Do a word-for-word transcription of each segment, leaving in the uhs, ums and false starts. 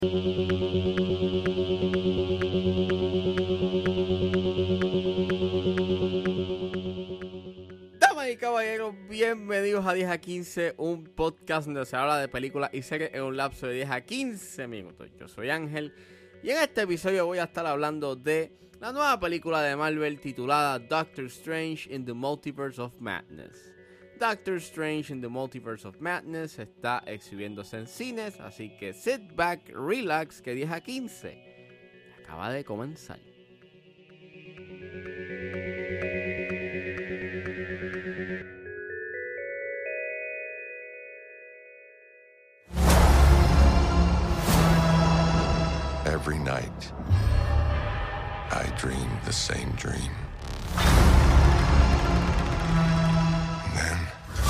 Damas y caballeros, bienvenidos a diez a quince, un podcast donde se habla de películas y series en un lapso de diez a quince minutos. Yo soy Ángel y en este episodio voy a estar hablando de la nueva película de Marvel titulada Doctor Strange in the Multiverse of Madness. Doctor Strange in the Multiverse of Madness está exhibiéndose en cines, así que sit back, relax, que diez a quince acaba de comenzar. Every night, I dream the same dream. And then...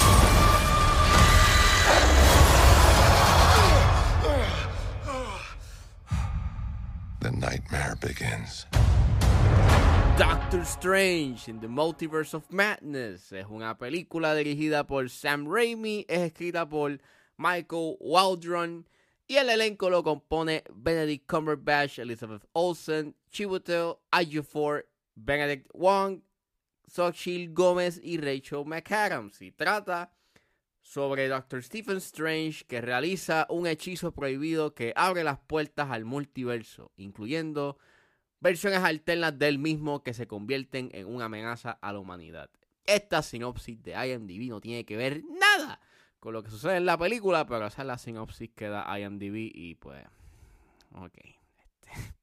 the nightmare begins. Doctor Strange in the Multiverse of Madness es una película dirigida por Sam Raimi, es escrita por Michael Waldron y el elenco lo compone Benedict Cumberbatch, Elizabeth Olsen, Chiwetel Ejiofor, Benedict Wong, Xochitl Gómez y Rachel McAdams. Y trata sobre Doctor Stephen Strange, que realiza un hechizo prohibido que abre las puertas al multiverso, incluyendo versiones alternas del mismo que se convierten en una amenaza a la humanidad. Esta sinopsis de I M D B no tiene que ver nada con lo que sucede en la película, pero esa es la sinopsis que da I M D B y pues... Ok. Este...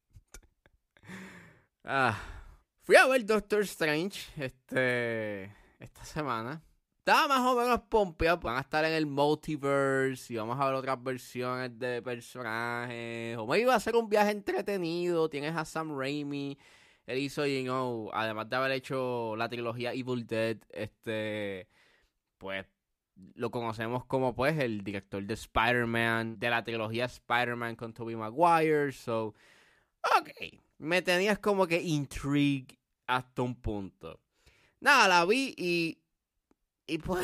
ah, fui a ver Doctor Strange este, esta semana. Estaba más o menos pompeado. Van a estar en el multiverse y vamos a ver otras versiones de personajes. O me iba a hacer un viaje entretenido. Tienes a Sam Raimi. Él hizo, you know, además de haber hecho la trilogía Evil Dead, este, pues lo conocemos como pues el director de Spider-Man, de la trilogía Spider-Man con Tobey Maguire. So, ok, me tenías como que intrigue hasta un punto. Nada, la vi y Y pues...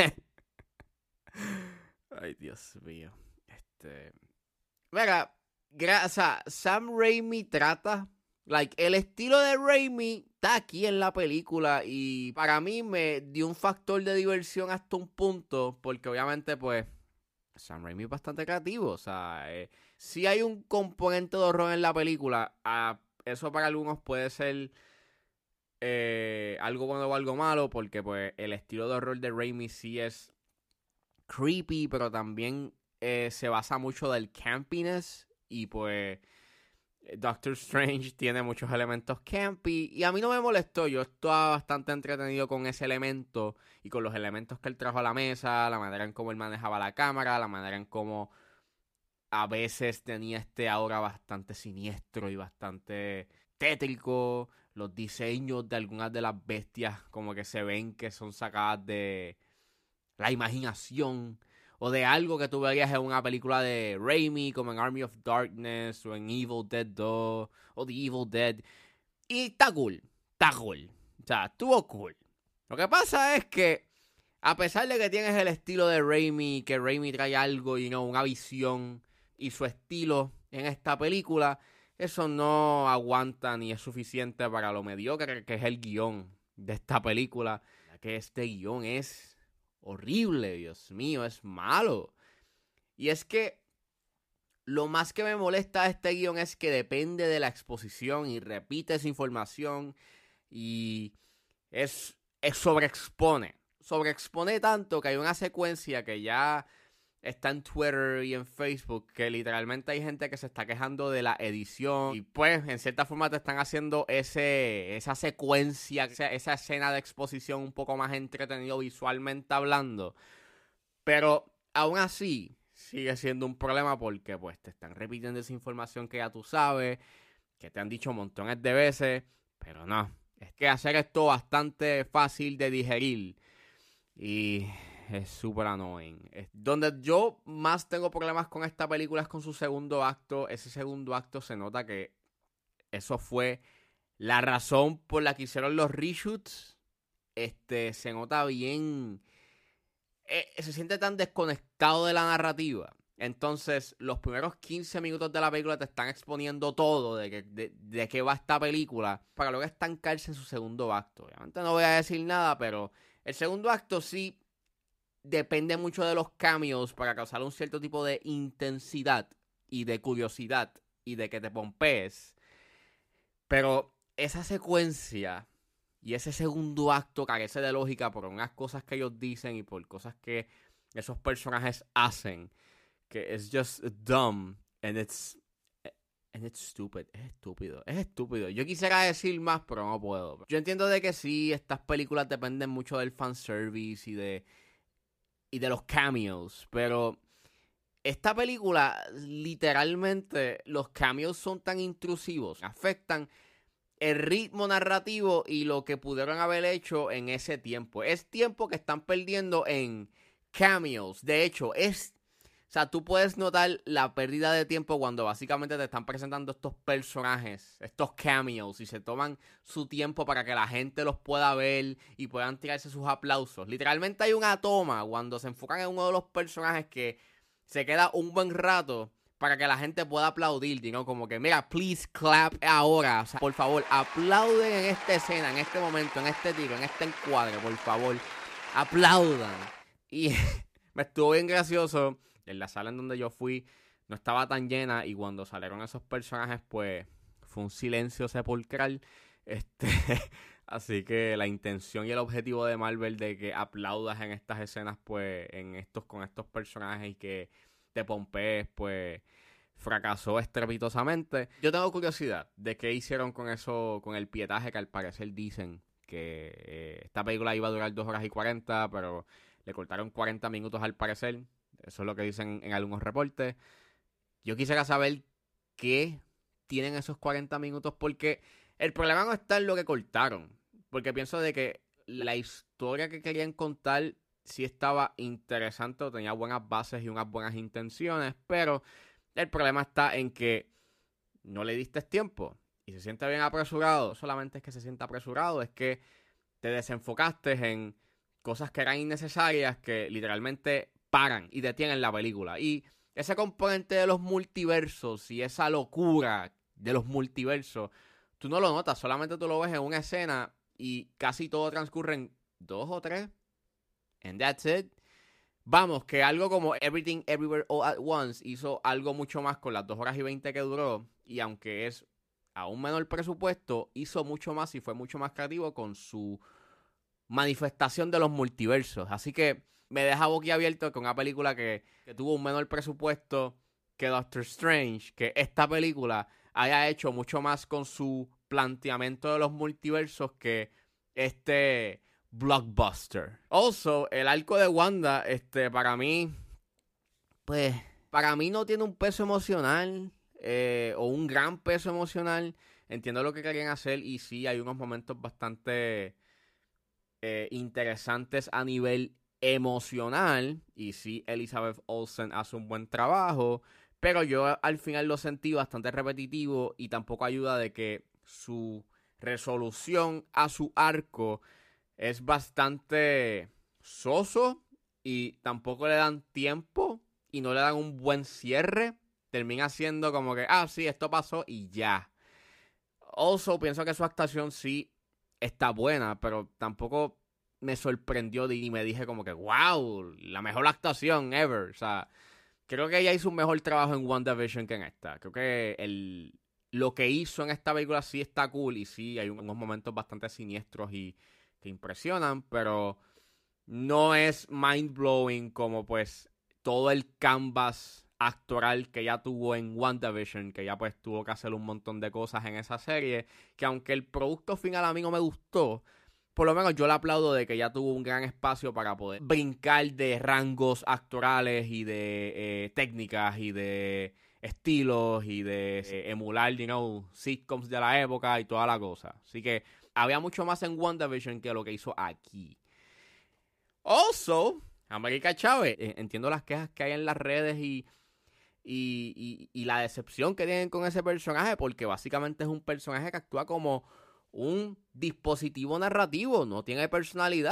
ay, Dios mío. Este... Mira, gra- o sea, Sam Raimi trata... Like, el estilo de Raimi está aquí en la película y para mí me dio un factor de diversión hasta un punto, porque obviamente, pues, Sam Raimi es bastante creativo. O sea, eh, si hay un componente de horror en la película, uh, eso para algunos puede ser... Eh, algo bueno o algo malo, porque pues el estilo de horror de Raimi sí es creepy, pero también eh, se basa mucho del campiness y pues Doctor Strange tiene muchos elementos campy y a mí no me molestó. Yo estaba bastante entretenido con ese elemento y con los elementos que él trajo a la mesa, la manera en cómo él manejaba la cámara, la manera en cómo a veces tenía este aura bastante siniestro y bastante tétrico. Los diseños de algunas de las bestias como que se ven que son sacadas de la imaginación o de algo que tú verías en una película de Raimi, como en Army of Darkness o en Evil Dead dos o The Evil Dead. Y está cool, está cool. O sea, estuvo cool. Lo que pasa es que a pesar de que tienes el estilo de Raimi, que Raimi trae algo y you know, una visión y su estilo en esta película, eso no aguanta ni es suficiente para lo mediocre que es el guión de esta película. Que este guión es horrible, Dios mío, es malo. Y es que lo más que me molesta de este guión es que depende de la exposición y repite esa información y es, es sobreexpone. Sobreexpone tanto que hay una secuencia que ya está en Twitter y en Facebook, que literalmente hay gente que se está quejando de la edición y pues en cierta forma te están haciendo ese esa secuencia, esa, esa escena de exposición un poco más entretenido visualmente hablando, pero aún así sigue siendo un problema porque pues te están repitiendo esa información que ya tú sabes, que te han dicho montones de veces, pero no, es que hacer esto bastante fácil de digerir y es súper annoying. Donde yo más tengo problemas con esta película es con su segundo acto. Ese segundo acto se nota que eso fue la razón por la que hicieron los reshoots. Este, se nota bien... Eh, se siente tan desconectado de la narrativa. Entonces, los primeros quince minutos de la película te están exponiendo todo de, que, de, de qué va esta película para luego estancarse en su segundo acto. Obviamente no voy a decir nada, pero el segundo acto sí depende mucho de los cameos para causar un cierto tipo de intensidad y de curiosidad y de que te pompees. Pero esa secuencia y ese segundo acto carece de lógica por unas cosas que ellos dicen y por cosas que esos personajes hacen. Que es just dumb and it's and it's stupid. Es estúpido, es estúpido. Yo quisiera decir más, pero no puedo. Yo entiendo de que sí, estas películas dependen mucho del fanservice y de y de los cameos, pero esta película, literalmente, los cameos son tan intrusivos, afectan el ritmo narrativo y lo que pudieron haber hecho en ese tiempo. Es tiempo que están perdiendo en cameos. De hecho, es... O sea, tú puedes notar la pérdida de tiempo cuando básicamente te están presentando estos personajes, estos cameos, y se toman su tiempo para que la gente los pueda ver y puedan tirarse sus aplausos. Literalmente hay una toma cuando se enfocan en uno de los personajes que se queda un buen rato para que la gente pueda aplaudir, ¿no? Como que, mira, please clap ahora. O sea, por favor, aplauden en esta escena, en este momento, en este tiro, en este encuadre, por favor. Aplaudan. Y me estuvo bien gracioso. En la sala en donde yo fui no estaba tan llena y cuando salieron esos personajes, pues fue un silencio sepulcral. Este, así que la intención y el objetivo de Marvel de que aplaudas en estas escenas, pues, en estos, con estos personajes y que te pompees, pues, fracasó estrepitosamente. Yo tengo curiosidad de qué hicieron con eso, con el pietaje que al parecer dicen que eh, esta película iba a durar dos horas y cuarenta, pero le cortaron cuarenta minutos al parecer. Eso es lo que dicen en algunos reportes. Yo quisiera saber qué tienen esos cuarenta minutos, porque el problema no está en lo que cortaron. Porque pienso de que la historia que querían contar sí estaba interesante o tenía buenas bases y unas buenas intenciones, pero el problema está en que no le diste tiempo y se siente bien apresurado. Solamente es que se siente apresurado, es que te desenfocaste en cosas que eran innecesarias, que literalmente paran y detienen la película. Y ese componente de los multiversos y esa locura de los multiversos, tú no lo notas, solamente tú lo ves en una escena y casi todo transcurre en dos o tres. And that's it. Vamos, que algo como Everything Everywhere All at Once hizo algo mucho más con las dos horas y veinte que duró. Y aunque es a un menor presupuesto, hizo mucho más y fue mucho más creativo con su manifestación de los multiversos. Así que me deja boquiabierto que una película que, que tuvo un menor presupuesto que Doctor Strange, que esta película haya hecho mucho más con su planteamiento de los multiversos que este blockbuster. Also, el arco de Wanda, este, para mí, pues, para mí no tiene un peso emocional eh, o un gran peso emocional. Entiendo lo que querían hacer y sí, hay unos momentos bastante eh, interesantes a nivel emocional y sí, Elizabeth Olsen hace un buen trabajo, pero yo al final lo sentí bastante repetitivo y tampoco ayuda de que su resolución a su arco es bastante soso y tampoco le dan tiempo y no le dan un buen cierre. Termina siendo como que, ah, sí, esto pasó y ya. Also, pienso que su actuación sí está buena, pero tampoco me sorprendió y me dije como que, wow, la mejor actuación ever. O sea, creo que ella hizo un mejor trabajo en WandaVision que en esta. Creo que el, lo que hizo en esta película sí está cool y sí, hay unos momentos bastante siniestros y que impresionan, pero no es mind-blowing como pues todo el canvas actoral que ya tuvo en WandaVision, que ya pues tuvo que hacer un montón de cosas en esa serie, que aunque el producto final a mí no me gustó, por lo menos yo le aplaudo de que ya tuvo un gran espacio para poder brincar de rangos actorales y de eh, técnicas y de estilos y de eh, emular, you know, sitcoms de la época y toda la cosa. Así que había mucho más en WandaVision que lo que hizo aquí. Also, América Chávez, eh, entiendo las quejas que hay en las redes y, y, y, y la decepción que tienen con ese personaje, porque básicamente es un personaje que actúa como un dispositivo narrativo, no tiene personalidad.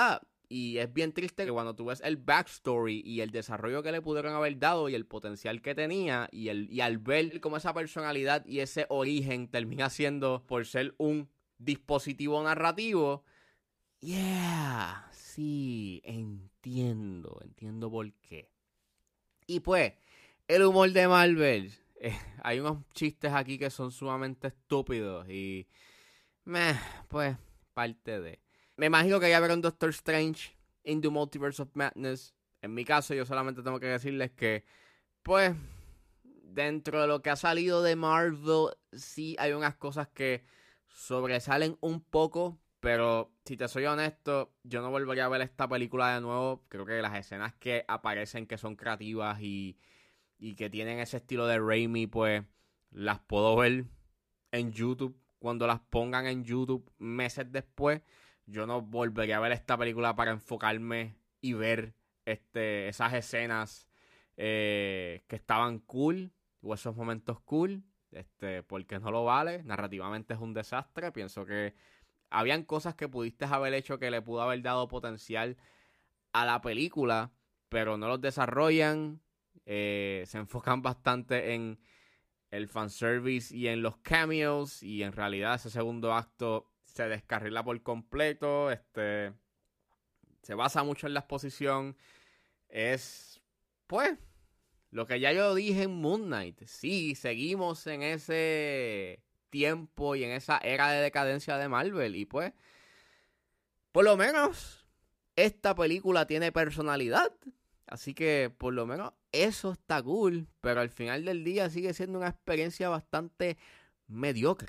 Y es bien triste que cuando tú ves el backstory y el desarrollo que le pudieron haber dado y el potencial que tenía, y, el, y al ver cómo esa personalidad y ese origen termina siendo por ser un dispositivo narrativo, yeah, sí, entiendo, entiendo por qué. Y pues, el humor de Marvel, eh, hay unos chistes aquí que son sumamente estúpidos y, meh, pues, parte de... Me imagino que ya vieron Doctor Strange in the Multiverse of Madness. En mi caso, yo solamente tengo que decirles que, pues, dentro de lo que ha salido de Marvel, sí hay unas cosas que sobresalen un poco. Pero, si te soy honesto, yo no volvería a ver esta película de nuevo. Creo que las escenas que aparecen, que son creativas y, y que tienen ese estilo de Raimi, pues, las puedo ver en YouTube. Cuando las pongan en YouTube meses después, yo no volvería a ver esta película para enfocarme y ver este, esas escenas eh, que estaban cool, o esos momentos cool, este, porque no lo vale. Narrativamente es un desastre. Pienso que habían cosas que pudiste haber hecho que le pudo haber dado potencial a la película, pero no los desarrollan. Eh, se enfocan bastante en el fanservice y en los cameos, y en realidad ese segundo acto se descarrila por completo. Este se basa mucho en la exposición. Es, pues, lo que ya yo dije en Moon Knight. Sí, seguimos en ese tiempo y en esa era de decadencia de Marvel. Y pues, por lo menos, esta película tiene personalidad. Así que, por lo menos, eso está cool. Pero al final del día sigue siendo una experiencia bastante mediocre.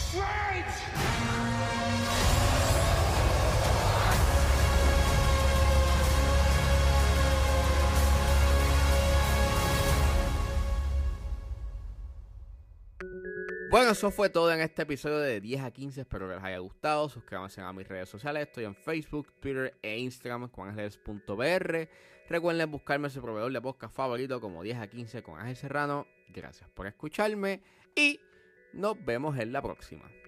Bueno, eso fue todo en este episodio de diez a quince. Espero que les haya gustado. Suscríbanse a mis redes sociales. Estoy en Facebook, Twitter e Instagram con ángeles punto b r. Recuerden buscarme su proveedor de podcast favorito como diez a quince con Ángel Serrano. Gracias por escucharme y nos vemos en la próxima.